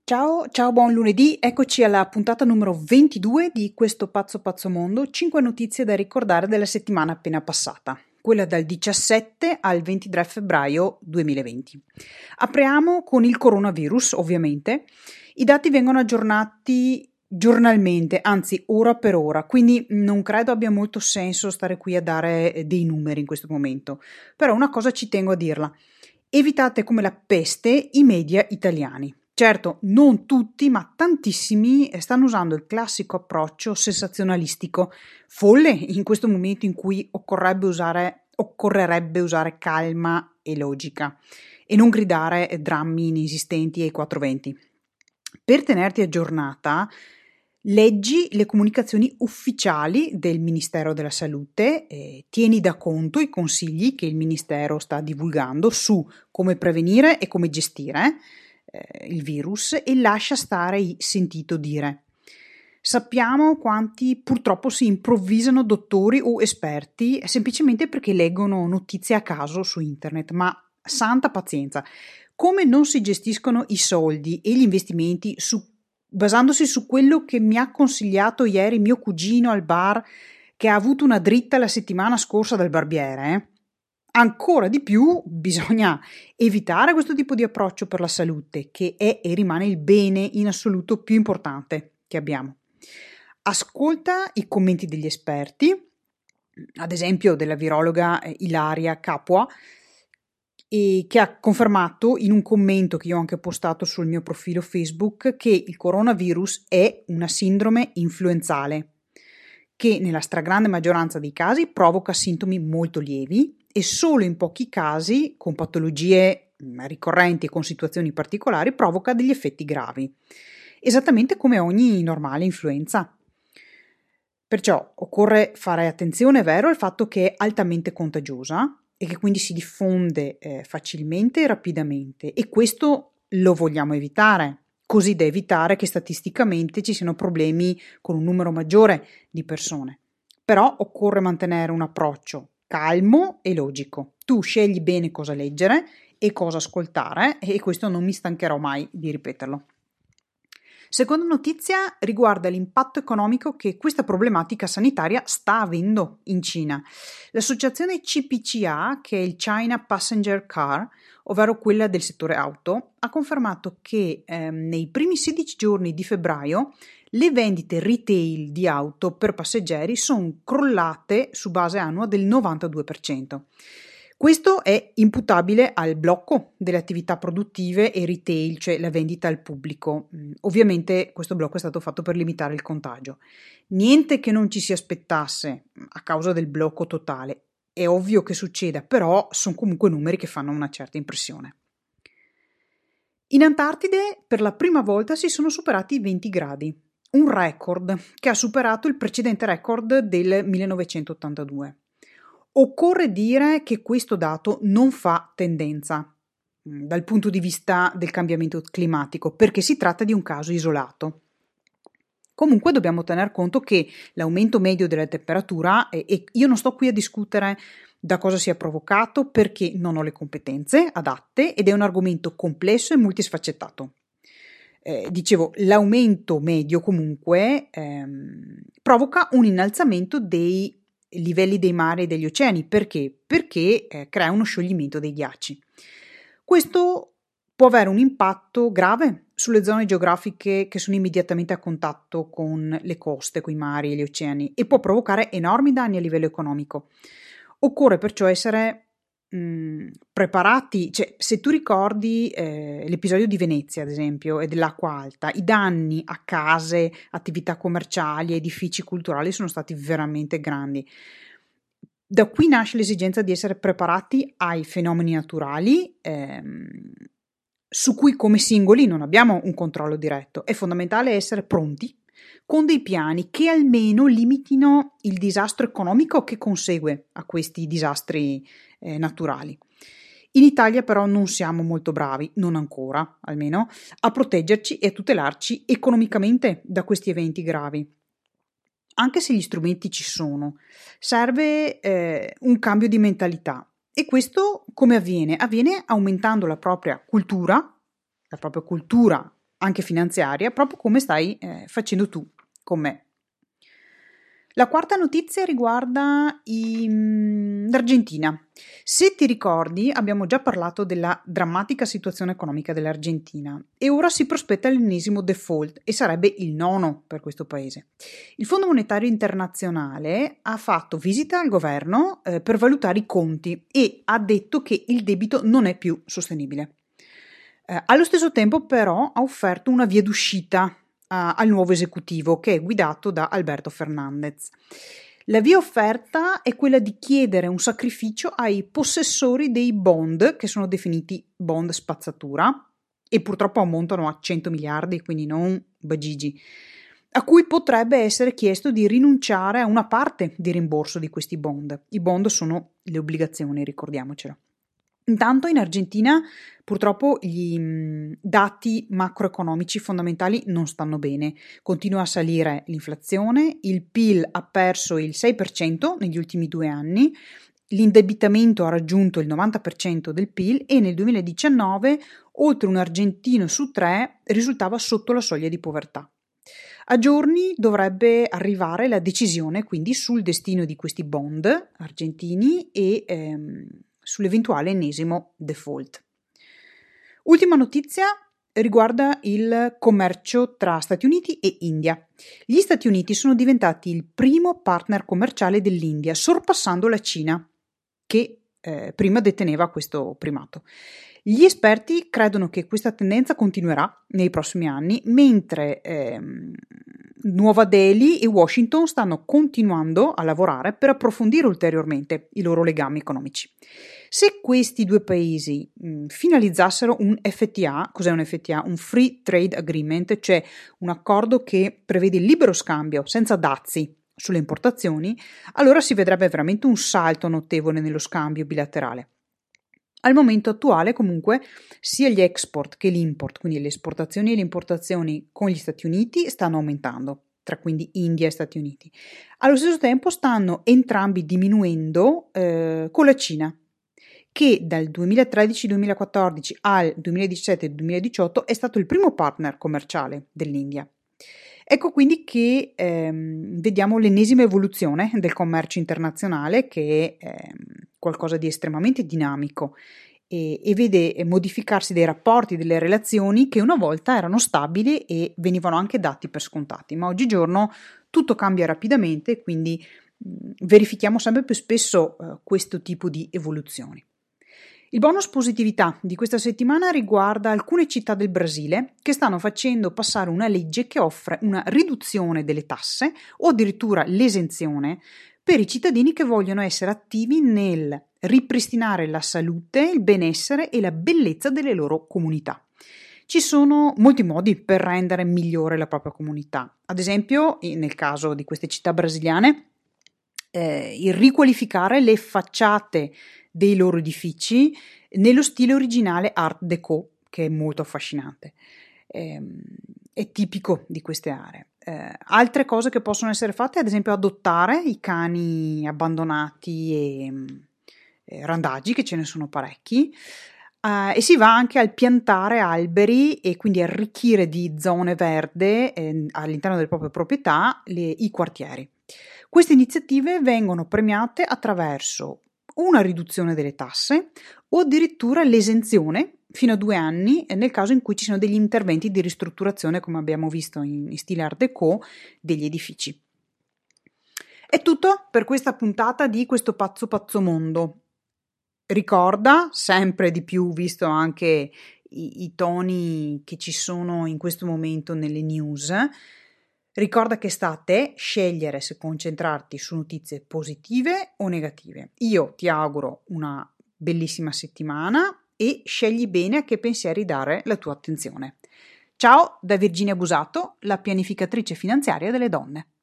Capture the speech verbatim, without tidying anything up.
Ciao, ciao, buon lunedì, eccoci alla puntata numero ventidue di questo Pazzo Pazzo Mondo, cinque notizie da ricordare della settimana appena passata, quella dal diciassette al ventitré febbraio duemilaventi. Apriamo con il coronavirus, ovviamente. I dati vengono aggiornati giornalmente, anzi ora per ora, quindi non credo abbia molto senso stare qui a dare dei numeri in questo momento, però una cosa ci tengo a dirla. Evitate come la peste i media italiani. Certo, non tutti, ma tantissimi stanno usando il classico approccio sensazionalistico, folle in questo momento in cui occorrerebbe usare, occorrerebbe usare calma e logica e non gridare drammi inesistenti ai quattro venti. Per tenerti aggiornata, leggi le comunicazioni ufficiali del Ministero della Salute, eh, tieni da conto i consigli che il Ministero sta divulgando su come prevenire e come gestire eh, il virus e lascia stare i sentito dire. Sappiamo quanti purtroppo si improvvisano dottori o esperti semplicemente perché leggono notizie a caso su internet, ma santa pazienza. Come non si gestiscono i soldi e gli investimenti su, basandosi su quello che mi ha consigliato ieri mio cugino al bar che ha avuto una dritta la settimana scorsa dal barbiere? Eh? Ancora di più bisogna evitare questo tipo di approccio per la salute, che è e rimane il bene in assoluto più importante che abbiamo. Ascolta i commenti degli esperti, ad esempio della virologa Ilaria Capua, e che ha confermato in un commento che io ho anche postato sul mio profilo Facebook che il coronavirus è una sindrome influenzale che nella stragrande maggioranza dei casi provoca sintomi molto lievi e solo in pochi casi, con patologie ricorrenti e con situazioni particolari, provoca degli effetti gravi, esattamente come ogni normale influenza. Perciò occorre fare attenzione, è vero, al fatto che è altamente contagiosa e che quindi si diffonde eh, facilmente e rapidamente, e questo lo vogliamo evitare, così da evitare che statisticamente ci siano problemi con un numero maggiore di persone. Però occorre mantenere un approccio calmo e logico. Tu scegli bene cosa leggere e cosa ascoltare, e questo non mi stancherò mai di ripeterlo. Seconda notizia riguarda l'impatto economico che questa problematica sanitaria sta avendo in Cina. L'associazione C P C A, che è il China Passenger Car, ovvero quella del settore auto, ha confermato che ehm, nei primi sedici giorni di febbraio le vendite retail di auto per passeggeri sono crollate su base annua del novantadue per cento. Questo è imputabile al blocco delle attività produttive e retail, cioè la vendita al pubblico. Ovviamente questo blocco è stato fatto per limitare il contagio. Niente che non ci si aspettasse a causa del blocco totale. È ovvio che succeda, però sono comunque numeri che fanno una certa impressione. In Antartide per la prima volta si sono superati i venti gradi, un record che ha superato il precedente record del millenovecentottantadue. Occorre dire che questo dato non fa tendenza mh, dal punto di vista del cambiamento climatico, perché si tratta di un caso isolato. Comunque dobbiamo tener conto che l'aumento medio della temperatura, e, e io non sto qui a discutere da cosa sia provocato perché non ho le competenze adatte ed è un argomento complesso e multisfaccettato. Eh, dicevo, l'aumento medio comunque ehm, provoca un innalzamento dei livelli dei mari e degli oceani. Perché? Perché eh, crea uno scioglimento dei ghiacci. Questo può avere un impatto grave sulle zone geografiche che sono immediatamente a contatto con le coste, con i mari e gli oceani, e può provocare enormi danni a livello economico. Occorre perciò essere mh, preparati, cioè se tu ricordi eh, l'episodio di Venezia, ad esempio, e dell'acqua alta, i danni a case, attività commerciali, edifici culturali sono stati veramente grandi. Da qui nasce l'esigenza di essere preparati ai fenomeni naturali ehm, su cui come singoli non abbiamo un controllo diretto. È fondamentale essere pronti con dei piani che almeno limitino il disastro economico che consegue a questi disastri eh, naturali. In Italia però non siamo molto bravi, non ancora almeno, a proteggerci e a tutelarci economicamente da questi eventi gravi. Anche se gli strumenti ci sono, serve eh, un cambio di mentalità. E questo come avviene? Avviene aumentando la propria cultura, la propria cultura anche finanziaria, proprio come stai eh, facendo tu con me. La quarta notizia riguarda i, mh, l'Argentina. Se ti ricordi, abbiamo già parlato della drammatica situazione economica dell'Argentina e ora si prospetta l'ennesimo default e sarebbe il nono per questo paese. Il Fondo Monetario Internazionale ha fatto visita al governo eh, per valutare i conti e ha detto che il debito non è più sostenibile. Eh, allo stesso tempo, però, ha offerto una via d'uscita al nuovo esecutivo che è guidato da Alberto Fernandez. La via offerta è quella di chiedere un sacrificio ai possessori dei bond, che sono definiti bond spazzatura e purtroppo ammontano a cento miliardi, quindi non bagigi, a cui potrebbe essere chiesto di rinunciare a una parte di rimborso di questi bond. I bond sono le obbligazioni, ricordiamocelo. Intanto in Argentina purtroppo gli mh, dati macroeconomici fondamentali non stanno bene, continua a salire l'inflazione, il P I L ha perso il sei per cento negli ultimi due anni, l'indebitamento ha raggiunto il novanta per cento del P I L e nel duemiladiciannove oltre un argentino su tre risultava sotto la soglia di povertà. A giorni dovrebbe arrivare la decisione quindi sul destino di questi bond argentini e ehm, sull'eventuale ennesimo default. Ultima notizia riguarda il commercio tra Stati Uniti e India. Gli Stati Uniti sono diventati il primo partner commerciale dell'India, sorpassando la Cina, che eh, prima deteneva questo primato. Gli esperti credono che questa tendenza continuerà nei prossimi anni, mentre ehm, Nuova Delhi e Washington stanno continuando a lavorare per approfondire ulteriormente i loro legami economici. Se questi due paesi mh, finalizzassero un F T A, cos'è un F T A? Un Free Trade Agreement, cioè un accordo che prevede il libero scambio senza dazi sulle importazioni, allora si vedrebbe veramente un salto notevole nello scambio bilaterale. Al momento attuale, comunque, sia gli export che l'import, quindi le esportazioni e le importazioni con gli Stati Uniti, stanno aumentando, tra quindi India e Stati Uniti. Allo stesso tempo stanno entrambi diminuendo eh, con la Cina, che dal duemilatredici-duemilaquattordici al duemiladiciassette-duemiladiciotto è stato il primo partner commerciale dell'India. Ecco quindi che ehm, vediamo l'ennesima evoluzione del commercio internazionale, che è ehm, qualcosa di estremamente dinamico e, e vede modificarsi dei rapporti, delle relazioni che una volta erano stabili e venivano anche dati per scontati, ma oggigiorno tutto cambia rapidamente, quindi mh, verifichiamo sempre più spesso eh, questo tipo di evoluzioni. Il bonus positività di questa settimana riguarda alcune città del Brasile che stanno facendo passare una legge che offre una riduzione delle tasse o addirittura l'esenzione per i cittadini che vogliono essere attivi nel ripristinare la salute, il benessere e la bellezza delle loro comunità. Ci sono molti modi per rendere migliore la propria comunità. Ad esempio, nel caso di queste città brasiliane, eh, il riqualificare le facciate dei loro edifici nello stile originale Art Deco, che è molto affascinante. Eh, è tipico di queste aree. Eh, altre cose che possono essere fatte, ad esempio, adottare i cani abbandonati e eh, randagi, che ce ne sono parecchi, eh, e si va anche al piantare alberi e quindi arricchire di zone verde eh, all'interno delle proprie proprietà le, i quartieri. Queste iniziative vengono premiate attraverso una riduzione delle tasse o addirittura l'esenzione fino a due anni nel caso in cui ci siano degli interventi di ristrutturazione, come abbiamo visto in, in stile Art Deco, degli edifici. È tutto per questa puntata di Questo Pazzo Pazzo Mondo. Ricorda, sempre di più, visto anche i, i toni che ci sono in questo momento nelle news, ricorda che sta a te scegliere se concentrarti su notizie positive o negative. Io ti auguro una bellissima settimana e scegli bene a che pensieri dare la tua attenzione. Ciao da Virginia Busato, la pianificatrice finanziaria delle donne.